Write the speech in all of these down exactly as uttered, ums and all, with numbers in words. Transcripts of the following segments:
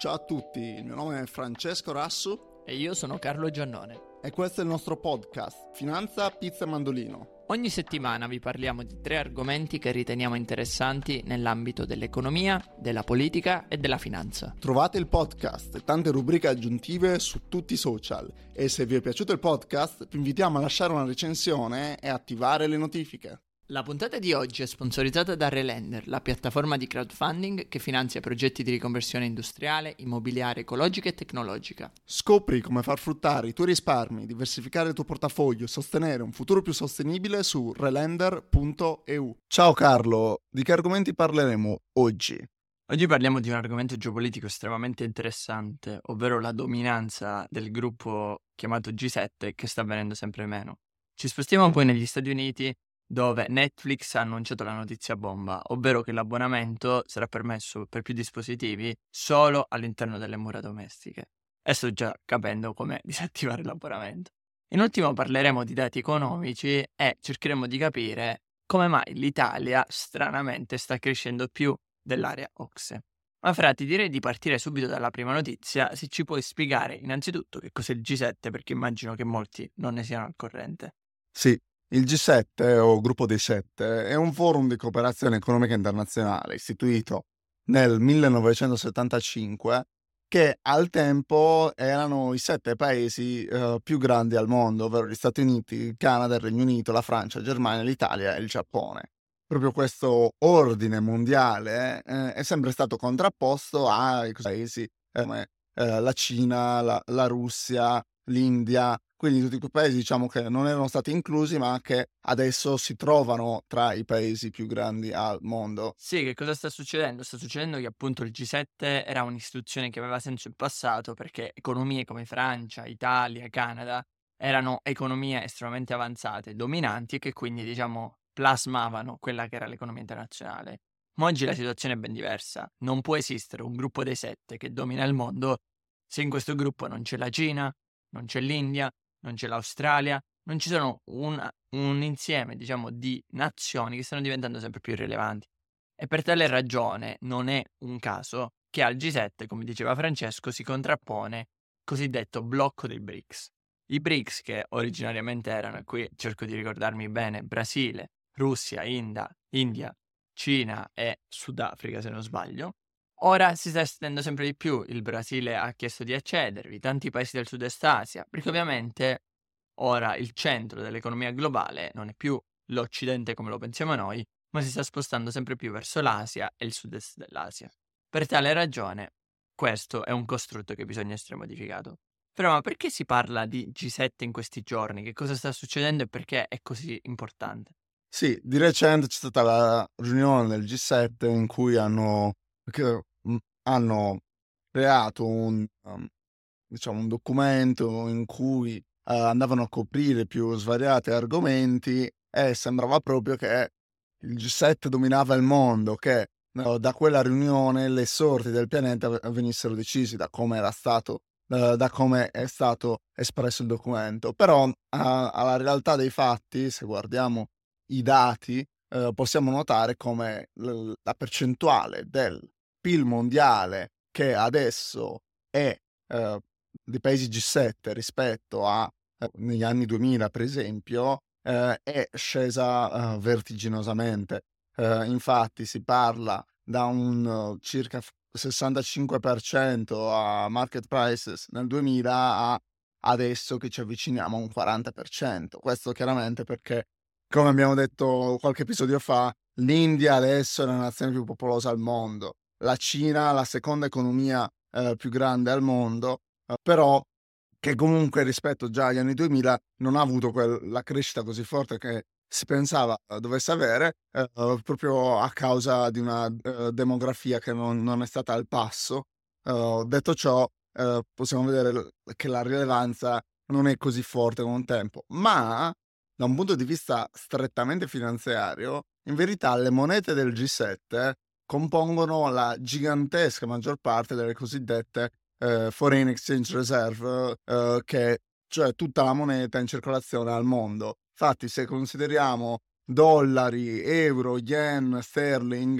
Ciao a tutti, il mio nome è Francesco Rassu e io sono Carlo Giannone e questo è il nostro podcast Finanza, Pizza e Mandolino. Ogni settimana vi parliamo di tre argomenti che riteniamo interessanti nell'ambito dell'economia, della politica e della finanza. Trovate il podcast e tante rubriche aggiuntive su tutti i social e se vi è piaciuto il podcast vi invitiamo a lasciare una recensione e attivare le notifiche. La puntata di oggi è sponsorizzata da Relender, la piattaforma di crowdfunding che finanzia progetti di riconversione industriale, immobiliare, ecologica e tecnologica. Scopri come far fruttare i tuoi risparmi, diversificare il tuo portafoglio e sostenere un futuro più sostenibile su relender punto e u. Ciao Carlo, di che argomenti parleremo oggi? Oggi parliamo di un argomento geopolitico estremamente interessante, ovvero la dominanza del gruppo chiamato G sette che sta avvenendo sempre meno. Ci spostiamo poi negli Stati Uniti, dove Netflix ha annunciato la notizia bomba, ovvero che l'abbonamento sarà permesso per più dispositivi solo all'interno delle mura domestiche. E sto già capendo come disattivare l'abbonamento. In ultimo parleremo di dati economici e cercheremo di capire come mai l'Italia stranamente sta crescendo più dell'area O C S E. Ma Fra, ti direi di partire subito dalla prima notizia, se ci puoi spiegare innanzitutto che cos'è il G sette, perché immagino che molti non ne siano al corrente. Sì. Il G sette, o Gruppo dei Sette, è un forum di cooperazione economica internazionale istituito nel millenovecentosettantacinque che al tempo erano i sette paesi eh, più grandi al mondo, ovvero gli Stati Uniti, il Canada, il Regno Unito, la Francia, la Germania, l'Italia e il Giappone. Proprio questo ordine mondiale eh, è sempre stato contrapposto ai paesi eh, come eh, la Cina, la, la Russia, l'India, quindi tutti quei paesi diciamo che non erano stati inclusi ma che adesso si trovano tra i paesi più grandi al mondo. Sì, che cosa sta succedendo? Sta succedendo che appunto il G sette era un'istituzione che aveva senso in passato perché economie come Francia, Italia, Canada erano economie estremamente avanzate, dominanti e che quindi diciamo plasmavano quella che era l'economia internazionale. Ma oggi la situazione è ben diversa. Non può esistere un gruppo dei sette che domina il mondo se in questo gruppo non c'è la Cina, non c'è l'India, non c'è l'Australia, non ci sono un, un insieme, diciamo, di nazioni che stanno diventando sempre più rilevanti. E per tale ragione non è un caso che al G sette, come diceva Francesco, si contrappone il cosiddetto blocco dei B R I C S. I B R I C S che originariamente erano, e qui cerco di ricordarmi bene, Brasile, Russia, India, India, Cina e Sudafrica se non sbaglio, ora si sta estendendo sempre di più. Il Brasile ha chiesto di accedervi, tanti paesi del sud-est Asia, perché ovviamente ora il centro dell'economia globale non è più l'Occidente come lo pensiamo noi, ma si sta spostando sempre più verso l'Asia e il sud-est dell'Asia. Per tale ragione, questo è un costrutto che bisogna essere modificato. Però ma perché si parla di G sette in questi giorni? Che cosa sta succedendo e perché è così importante? Sì, di recente c'è stata la riunione del G sette in cui hanno, che, mh, hanno creato un, um, diciamo, un documento in cui uh, andavano a coprire più svariati argomenti e sembrava proprio che il G sette dominava il mondo, che uh, da quella riunione le sorti del pianeta venissero decisi da come era stato, uh, da come è stato espresso il documento. Però uh, alla realtà dei fatti, se guardiamo i dati, eh, possiamo notare come l- la percentuale del P I L mondiale che adesso è eh, dei paesi G sette rispetto a eh, negli anni duemila per esempio eh, è scesa eh, vertiginosamente. Eh, infatti si parla da un uh, circa sessantacinque per cento a market prices nel duemila a adesso che ci avviciniamo a un quaranta per cento. Questo chiaramente perché, come abbiamo detto qualche episodio fa, l'India adesso è la nazione più popolosa al mondo, la Cina la seconda economia eh, più grande al mondo, eh, però che comunque rispetto già agli anni duemila non ha avuto quel, la crescita così forte che si pensava eh, dovesse avere, eh, proprio a causa di una eh, demografia che non, non è stata al passo. Eh, detto ciò, eh, possiamo vedere che la rilevanza non è così forte come un tempo, ma da un punto di vista strettamente finanziario, in verità le monete del G sette compongono la gigantesca maggior parte delle cosiddette eh, foreign exchange reserve, eh, che cioè tutta la moneta in circolazione al mondo. Infatti, se consideriamo dollari, euro, yen, sterling,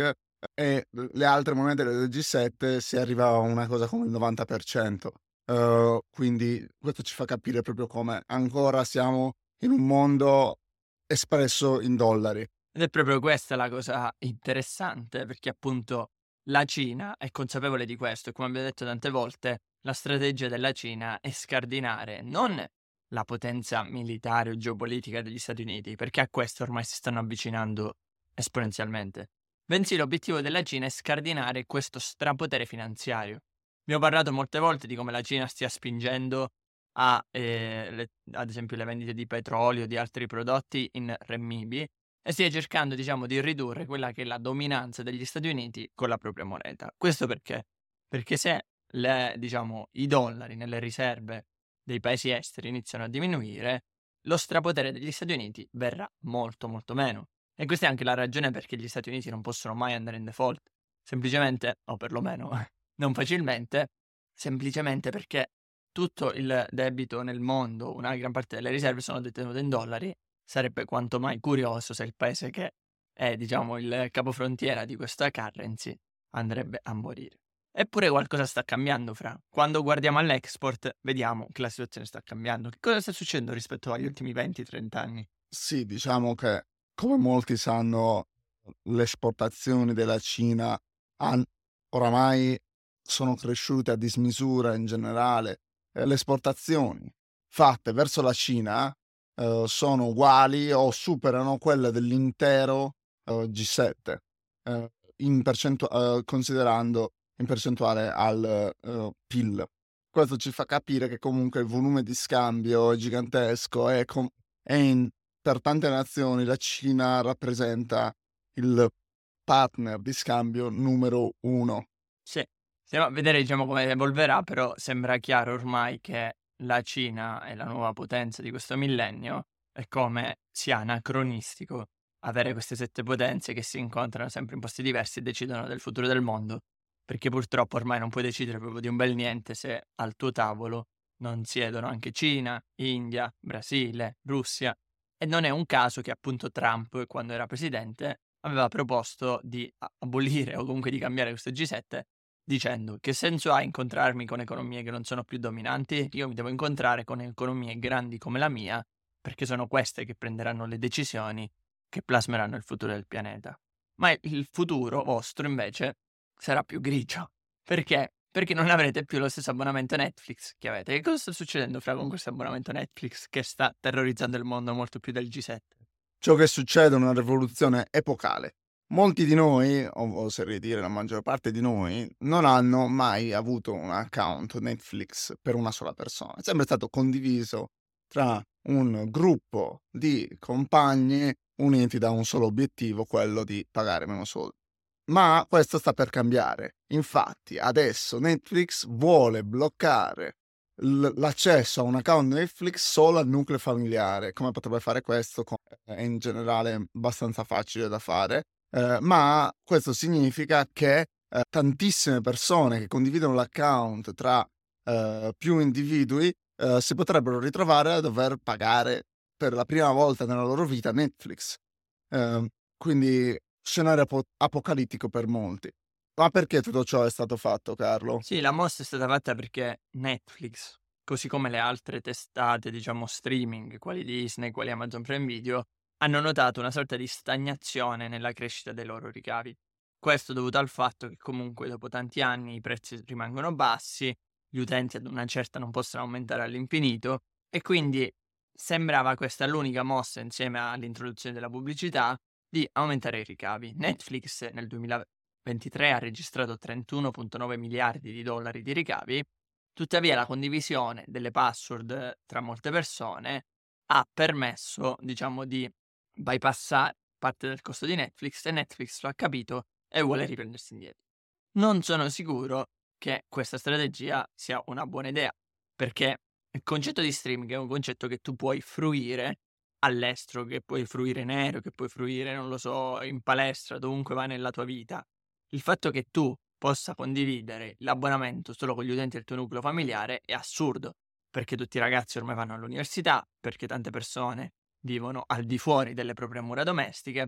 e le altre monete del G sette si arriva a una cosa come il novanta per cento. Uh, quindi questo ci fa capire proprio come ancora siamo in un mondo espresso in dollari. Ed è proprio questa la cosa interessante, perché appunto la Cina è consapevole di questo e, come abbiamo detto tante volte, la strategia della Cina è scardinare non la potenza militare o geopolitica degli Stati Uniti, perché a questo ormai si stanno avvicinando esponenzialmente, bensì l'obiettivo della Cina è scardinare questo strapotere finanziario. Abbiamo parlato molte volte di come la Cina stia spingendo a, eh, le- ad esempio, le vendite di petrolio, di altri prodotti in renminbi, e stia cercando, diciamo, di ridurre quella che è la dominanza degli Stati Uniti con la propria moneta. Questo perché? Perché se le, diciamo, i dollari nelle riserve dei paesi esteri iniziano a diminuire, lo strapotere degli Stati Uniti verrà molto molto meno. E questa è anche la ragione perché gli Stati Uniti non possono mai andare in default. Semplicemente, o perlomeno non facilmente, semplicemente perché tutto il debito nel mondo, una gran parte delle riserve sono detenute in dollari. Sarebbe quanto mai curioso se il paese che è, diciamo, il capofrontiera di questa currency andrebbe a morire. Eppure qualcosa sta cambiando, Fra. Quando guardiamo all'export, vediamo che la situazione sta cambiando. Che cosa sta succedendo rispetto agli ultimi venti trenta anni? Sì, diciamo che, come molti sanno, le esportazioni della Cina han- oramai sono cresciute a dismisura in generale. Eh, le esportazioni fatte verso la Cina eh, sono uguali o superano quelle dell'intero eh, G sette, eh, in percentu- eh, considerando in percentuale al eh, P I L. Questo ci fa capire che comunque il volume di scambio è gigantesco e com- è in per tante nazioni la Cina rappresenta il partner di scambio numero uno. Sì, stiamo a vedere, diciamo, come evolverà, però sembra chiaro ormai che la Cina è la nuova potenza di questo millennio e come sia anacronistico avere queste sette potenze che si incontrano sempre in posti diversi e decidono del futuro del mondo, perché purtroppo ormai non puoi decidere proprio di un bel niente se al tuo tavolo non siedono anche Cina, India, Brasile, Russia. E non è un caso che appunto Trump, quando era presidente, aveva proposto di a- abolire o comunque di cambiare questo G sette, dicendo: che senso ha incontrarmi con economie che non sono più dominanti? Io mi devo incontrare con economie grandi come la mia, perché sono queste che prenderanno le decisioni che plasmeranno il futuro del pianeta. Ma il il futuro vostro invece sarà più grigio. Perché? Perché non avrete più lo stesso abbonamento Netflix che avete. Che cosa sta succedendo, Fra, con questo abbonamento Netflix che sta terrorizzando il mondo molto più del G sette? Ciò che succede è una rivoluzione epocale. Molti di noi, o oserei dire la maggior parte di noi, non hanno mai avuto un account Netflix per una sola persona. È sempre stato condiviso tra un gruppo di compagni uniti da un solo obiettivo, quello di pagare meno soldi. Ma questo sta per cambiare. Infatti, adesso Netflix vuole bloccare l- l'accesso a un account Netflix solo al nucleo familiare. Come potrebbe fare questo? Co- È in generale abbastanza facile da fare, eh, ma questo significa che eh, tantissime persone che condividono l'account tra eh, più individui eh, si potrebbero ritrovare a dover pagare per la prima volta nella loro vita Netflix. Ehm, quindi scenario apo- apocalittico per molti. Ma perché tutto ciò è stato fatto, Carlo? Sì, la mossa è stata fatta perché Netflix, così come le altre testate, diciamo, streaming, quali Disney, quali Amazon Prime Video, hanno notato una sorta di stagnazione nella crescita dei loro ricavi. Questo dovuto al fatto che comunque dopo tanti anni i prezzi rimangono bassi, gli utenti ad una certa non possono aumentare all'infinito e quindi sembrava questa l'unica mossa, insieme all'introduzione della pubblicità, di aumentare i ricavi. Netflix nel duemilaventitré ha registrato trentuno virgola nove miliardi di dollari di ricavi, tuttavia la condivisione delle password tra molte persone ha permesso, diciamo, di bypassare parte del costo di Netflix, e Netflix lo ha capito e vuole riprendersi indietro. Non sono sicuro che questa strategia sia una buona idea, perché il concetto di streaming è un concetto che tu puoi fruire all'estero, che puoi fruire in aereo, che puoi fruire, non lo so, in palestra, dovunque vai nella tua vita. Il fatto che tu possa condividere l'abbonamento solo con gli utenti del tuo nucleo familiare è assurdo, perché tutti i ragazzi ormai vanno all'università, perché tante persone vivono al di fuori delle proprie mura domestiche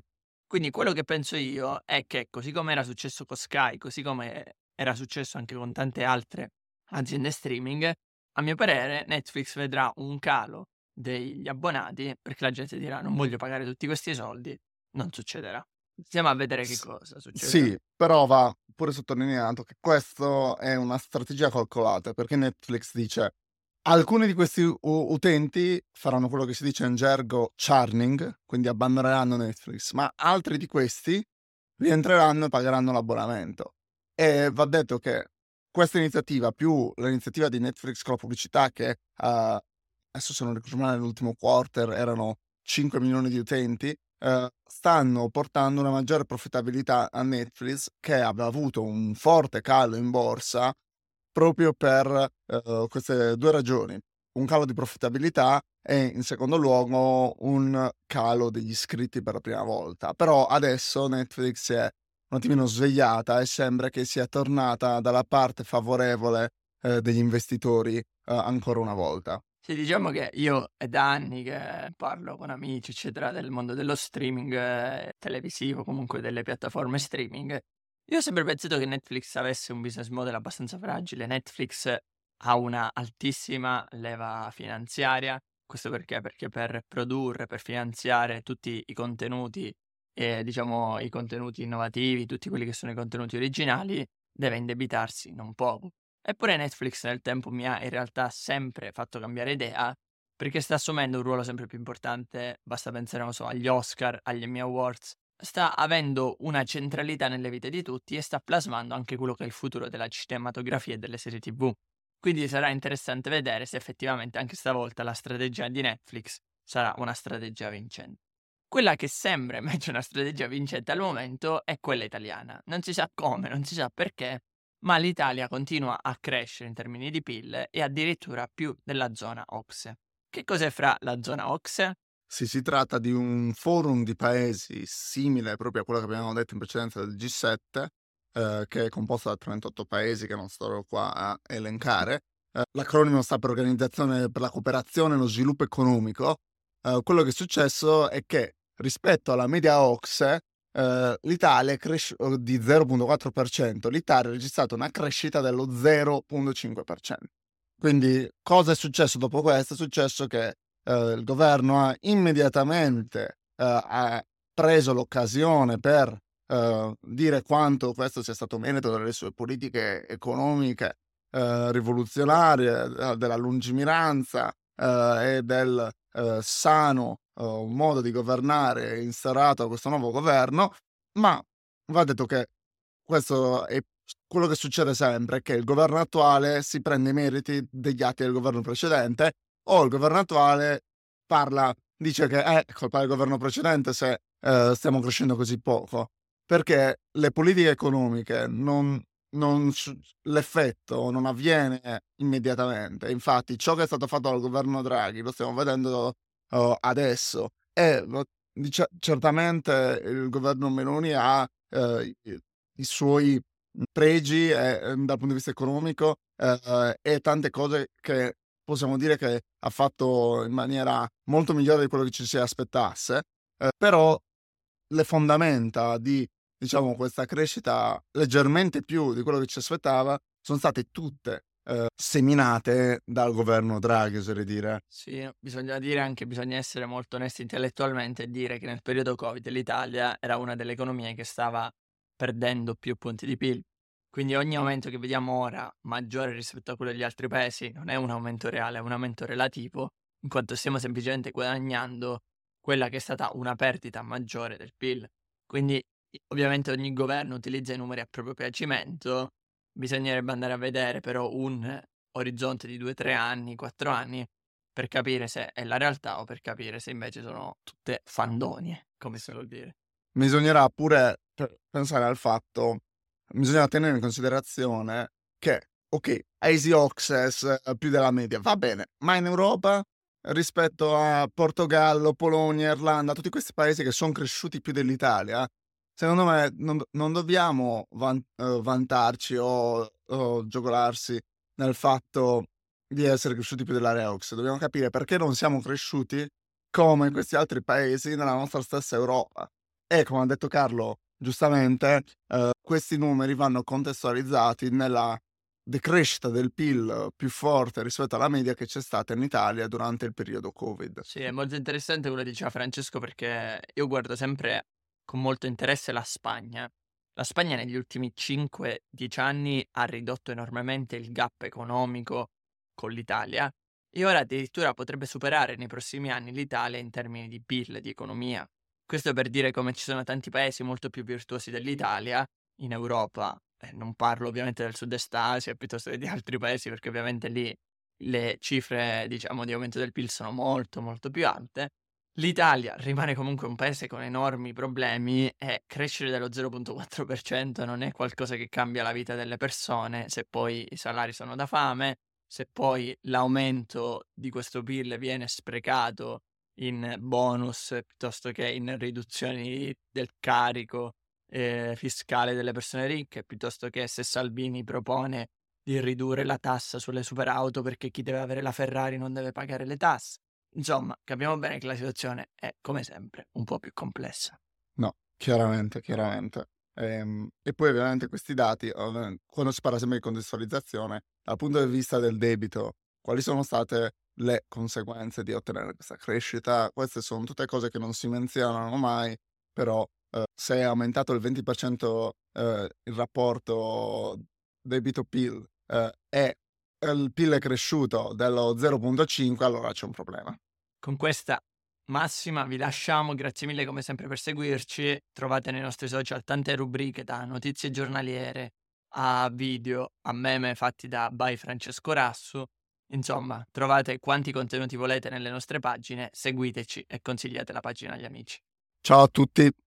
Quindi quello che penso io è che, così come era successo con Sky, così come era successo anche con tante altre aziende streaming, a mio parere Netflix vedrà un calo degli abbonati perché la gente dirà: "Non voglio pagare tutti questi soldi", non succederà. Stiamo a vedere che S cosa succederà. sì, però va pure sottolineato che questo è una strategia calcolata, perché Netflix dice: alcuni di questi u utenti faranno quello che si dice in gergo churning, quindi abbandoneranno Netflix, ma altri di questi rientreranno e pagheranno l'abbonamento. E va detto che questa iniziativa, più l'iniziativa di Netflix con la pubblicità che, uhm, adesso se non ricordo male nell'ultimo quarter erano cinque milioni di utenti, uhm, stanno portando una maggiore profittabilità a Netflix, che aveva avuto un forte calo in borsa proprio per, uhm, queste due ragioni: un calo di profittabilità e, in secondo luogo, un calo degli iscritti per la prima volta. Però adesso Netflix si è un attimino svegliata e sembra che sia tornata dalla parte favorevole, ehm, degli investitori, uhm, ancora una volta. Sì, diciamo che io è da anni che parlo con amici, eccetera, del mondo dello streaming eh, televisivo, comunque delle piattaforme streaming. Io ho sempre pensato che Netflix avesse un business model abbastanza fragile. Netflix ha una altissima leva finanziaria. Questo perché? Perché per produrre, per finanziare tutti i contenuti, e diciamo i contenuti innovativi, tutti quelli che sono i contenuti originali, deve indebitarsi non poco. Eppure Netflix nel tempo mi ha in realtà sempre fatto cambiare idea, perché sta assumendo un ruolo sempre più importante, basta pensare, non so, agli Oscar, agli Emmy Awards, sta avendo una centralità nelle vite di tutti e sta plasmando anche quello che è il futuro della cinematografia e delle serie T V. Quindi sarà interessante vedere se effettivamente anche stavolta la strategia di Netflix sarà una strategia vincente. Quella che sembra invece una strategia vincente al momento è quella italiana. Non si sa come, non si sa perché, ma l'Italia continua a crescere in termini di P I L e addirittura più della zona O C S E. Che cos'è fra la zona O C S E? Sì, si tratta di un forum di paesi simile proprio a quello che abbiamo detto in precedenza del G sette, ehm, che è composto da trentotto paesi che non starò qua a elencare. Ehm, l'acronimo sta per Organizzazione per la cooperazione e lo sviluppo economico. Ehm, quello che è successo è che rispetto alla media O C S E, ehm, l'Italia è cresci uhm, di zero virgola quattro per cento, l'Italia ha registrato una crescita dello zero virgola cinque per cento. Quindi cosa è successo dopo questo? È successo che ehm, il governo ha immediatamente, ehm, ha preso l'occasione per, ehm, dire quanto questo sia stato merito delle sue politiche economiche, ehm, rivoluzionarie, ehm, della lungimiranza, ehm, e del, ehm, sano, uhm, modo di governare instaurato da questo nuovo governo, ma va detto che questo è quello che succede sempre, è che il governo attuale si prende i meriti degli atti del governo precedente, o il governo attuale parla dice che "Eh, è colpa del governo precedente se, ehm, stiamo crescendo così poco", perché le politiche economiche non non s l'effetto non avviene immediatamente. Infatti ciò che è stato fatto dal governo Draghi lo stiamo vedendo, uhm, adesso e lo dicia certamente il governo Meloni ha, ehm, i i suoi, mhmm, pregi, e, ehm, dal punto di vista economico, ehm, e tante cose che possiamo dire che ha fatto in maniera molto migliore di quello che ci si aspettasse, ehm, però le fondamenta di, diciamo, questa crescita leggermente più di quello che ci aspettava son state tutte, ehm, seminate dal governo Draghi, oserei dire. Sì, bisogna dire anche, bisogna essere molto onesti intellettualmente e dire che nel periodo Covid l'Italia era una delle economie che stava perdendo più punti di P I L. Quindi ogni aumento che vediamo ora, maggiore rispetto a quello degli altri paesi, non è un aumento reale, è un aumento relativo, in quanto stiamo semplicemente guadagnando quella che è stata una perdita maggiore del P I L. Quindi i- ovviamente ogni governo utilizza i numeri a proprio piacimento, bisognerebbe andare a vedere però un orizzonte di due tre anni, quattro anni, per capire se è la realtà o per capire se invece sono tutte fandonie, come si suol dire. Bisognerà pure pe pensare al fatto bisogna tenere in considerazione che, okay, Paesi O C S E S, ehm, più della media, va bene, ma in Europa rispetto a Portogallo, Polonia, Irlanda, tutti questi paesi che son cresciuti più dell'Italia, secondo me non do non dobbiamo van uhm, vantarci o o giocolarsi nel fatto di essere cresciuti più dell'area O C S E. Dobbiamo capire perché non siamo cresciuti come questi altri paesi nella nostra stessa Europa. E come ha detto Carlo giustamente, eh, questi numeri vanno contestualizzati nella decrescita del P I L più forte rispetto alla media che c'è stata in Italia durante il periodo Covid. Sì, è molto interessante quello che diceva Francesco, perché io guardo sempre con molto interesse la Spagna. La Spagna negli ultimi cinque dieci anni ha ridotto enormemente il gap economico con l'Italia e ora addirittura potrebbe superare nei prossimi anni l'Italia in termini di P I L, di economia. Questo per dire come ci sono tanti paesi molto più virtuosi dell'Italia in Europa. Eh, non parlo ovviamente del sud-est Asia piuttosto che di altri paesi, perché ovviamente lì le cifre, diciamo, di aumento del P I L sono molto, molto più alte. L'Italia rimane comunque un paese con enormi problemi e crescere dello zero virgola quattro per cento non è qualcosa che cambia la vita delle persone, se poi i salari sono da fame, se poi l'aumento di questo P I L viene sprecato in bonus piuttosto che in riduzioni del carico eh, fiscale delle persone ricche, piuttosto che se Salvini propone di ridurre la tassa sulle superauto perché chi deve avere la Ferrari non deve pagare le tasse. Insomma, capiamo bene che la situazione è, come sempre, un po' più complessa. No, chiaramente, chiaramente. Ehm, e poi ovviamente questi dati, ovviamente, quando si parla sempre di contestualizzazione, dal punto di vista del debito, quali sono state le conseguenze di ottenere questa crescita? Queste sono tutte cose che non si menzionano mai, però eh, se è aumentato il venti per cento eh, il rapporto debito-P I L eh, e il P I L è cresciuto dello zero virgola cinque, allora c'è un problema. Con questa massima vi lasciamo, grazie mille come sempre per seguirci. Trovate nei nostri social tante rubriche, da notizie giornaliere a video, a meme fatti da by Francesco Rassu. Insomma, trovate quanti contenuti volete nelle nostre pagine, seguiteci e consigliate la pagina agli amici. Ciao a tutti!